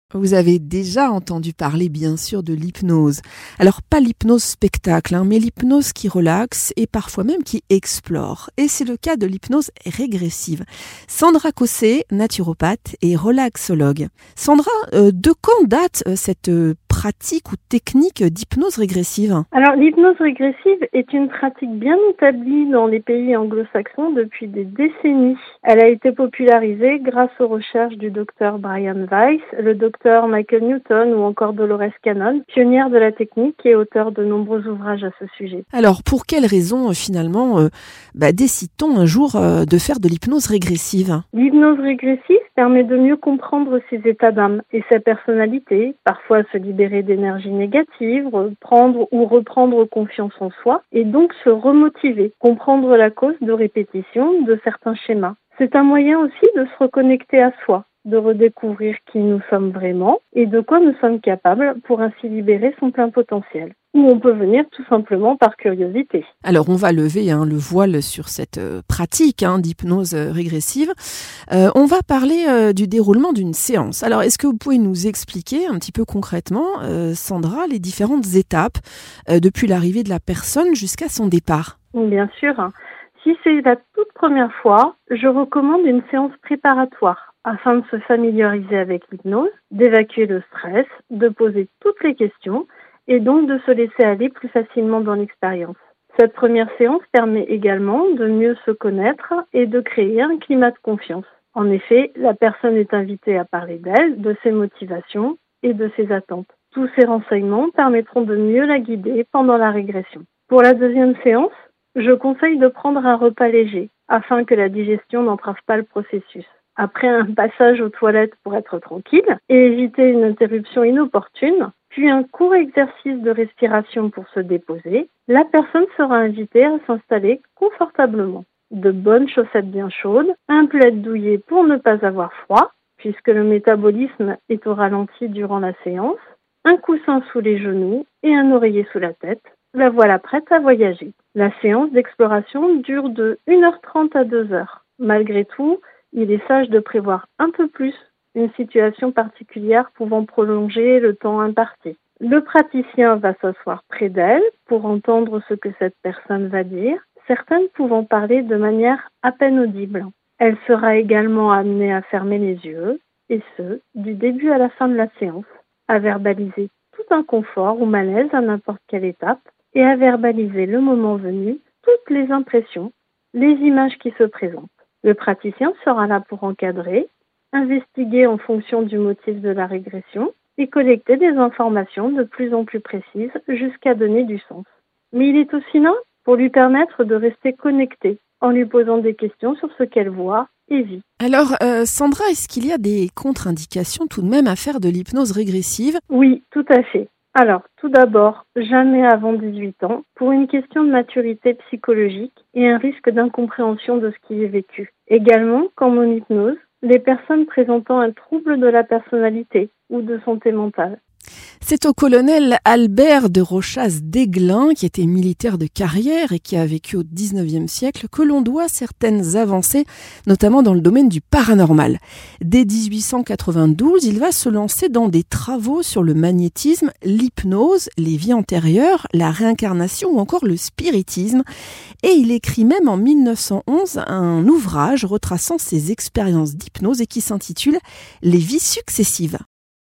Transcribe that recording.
Vous avez déjà entendu parler, bien sûr, de l'hypnose. Alors, pas l'hypnose spectacle, mais l'hypnose qui relaxe et parfois même qui explore. Et c'est le cas de l'hypnose régressive. Sandra Cossé, naturopathe et relaxologue. Sandra, de quand date cette pratique ou technique d'hypnose régressive ? Alors, l'hypnose régressive est une pratique bien établie dans les pays anglo-saxons depuis des décennies. Elle a été popularisée grâce aux recherches du docteur Brian Weiss, le docteur Michael Newton ou encore Dolores Cannon, pionnière de la technique et auteur de nombreux ouvrages à ce sujet. Alors, pour quelles raisons, finalement, décide-t-on un jour de faire de l'hypnose régressive ? L'hypnose régressive permet de mieux comprendre ses états d'âme et sa personnalité, parfois se libérer d'énergie négative, prendre ou reprendre confiance en soi et donc se remotiver, comprendre la cause de répétition de certains schémas. C'est un moyen aussi de se reconnecter à soi, de redécouvrir qui nous sommes vraiment et de quoi nous sommes capables pour ainsi libérer son plein potentiel. Ou on peut venir tout simplement par curiosité. Alors, on va lever le voile sur cette pratique d'hypnose régressive. On va parler du déroulement d'une séance. Alors, est-ce que vous pouvez nous expliquer un petit peu concrètement, Sandra, les différentes étapes depuis l'arrivée de la personne jusqu'à son départ ? Bien sûr. Si c'est la toute première fois, je recommande une séance préparatoire afin de se familiariser avec l'hypnose, d'évacuer le stress, de poser toutes les questions et donc de se laisser aller plus facilement dans l'expérience. Cette première séance permet également de mieux se connaître et de créer un climat de confiance. En effet, la personne est invitée à parler d'elle, de ses motivations et de ses attentes. Tous ces renseignements permettront de mieux la guider pendant la régression. Pour la deuxième séance, je conseille de prendre un repas léger afin que la digestion n'entrave pas le processus. Après un passage aux toilettes pour être tranquille et éviter une interruption inopportune, puis un court exercice de respiration pour se déposer, la personne sera invitée à s'installer confortablement. De bonnes chaussettes bien chaudes, un plaid douillet pour ne pas avoir froid, puisque le métabolisme est au ralenti durant la séance, un coussin sous les genoux et un oreiller sous la tête. La voilà prête à voyager. La séance d'exploration dure de 1h30 à 2h. Malgré tout, il est sage de prévoir un peu plus une situation particulière pouvant prolonger le temps imparti. Le praticien va s'asseoir près d'elle pour entendre ce que cette personne va dire, certaines pouvant parler de manière à peine audible. Elle sera également amenée à fermer les yeux, et ce, du début à la fin de la séance, à verbaliser tout inconfort ou malaise à n'importe quelle étape, et à verbaliser le moment venu toutes les impressions, les images qui se présentent. Le praticien sera là pour encadrer, investiguer en fonction du motif de la régression et collecter des informations de plus en plus précises jusqu'à donner du sens. Mais il est aussi là pour lui permettre de rester connectée en lui posant des questions sur ce qu'elle voit et vit. Alors, Sandra, est-ce qu'il y a des contre-indications tout de même à faire de l'hypnose régressive ? Oui, tout à fait. Alors, tout d'abord, jamais avant 18 ans, pour une question de maturité psychologique et un risque d'incompréhension de ce qui est vécu. Également, comme en hypnose, les personnes présentant un trouble de la personnalité ou de santé mentale. C'est au colonel Albert de Rochas-d'Aiglun, qui était militaire de carrière et qui a vécu au XIXe siècle, que l'on doit certaines avancées, notamment dans le domaine du paranormal. Dès 1892, il va se lancer dans des travaux sur le magnétisme, l'hypnose, les vies antérieures, la réincarnation ou encore le spiritisme. Et il écrit même en 1911 un ouvrage retraçant ses expériences d'hypnose et qui s'intitule « Les vies successives ».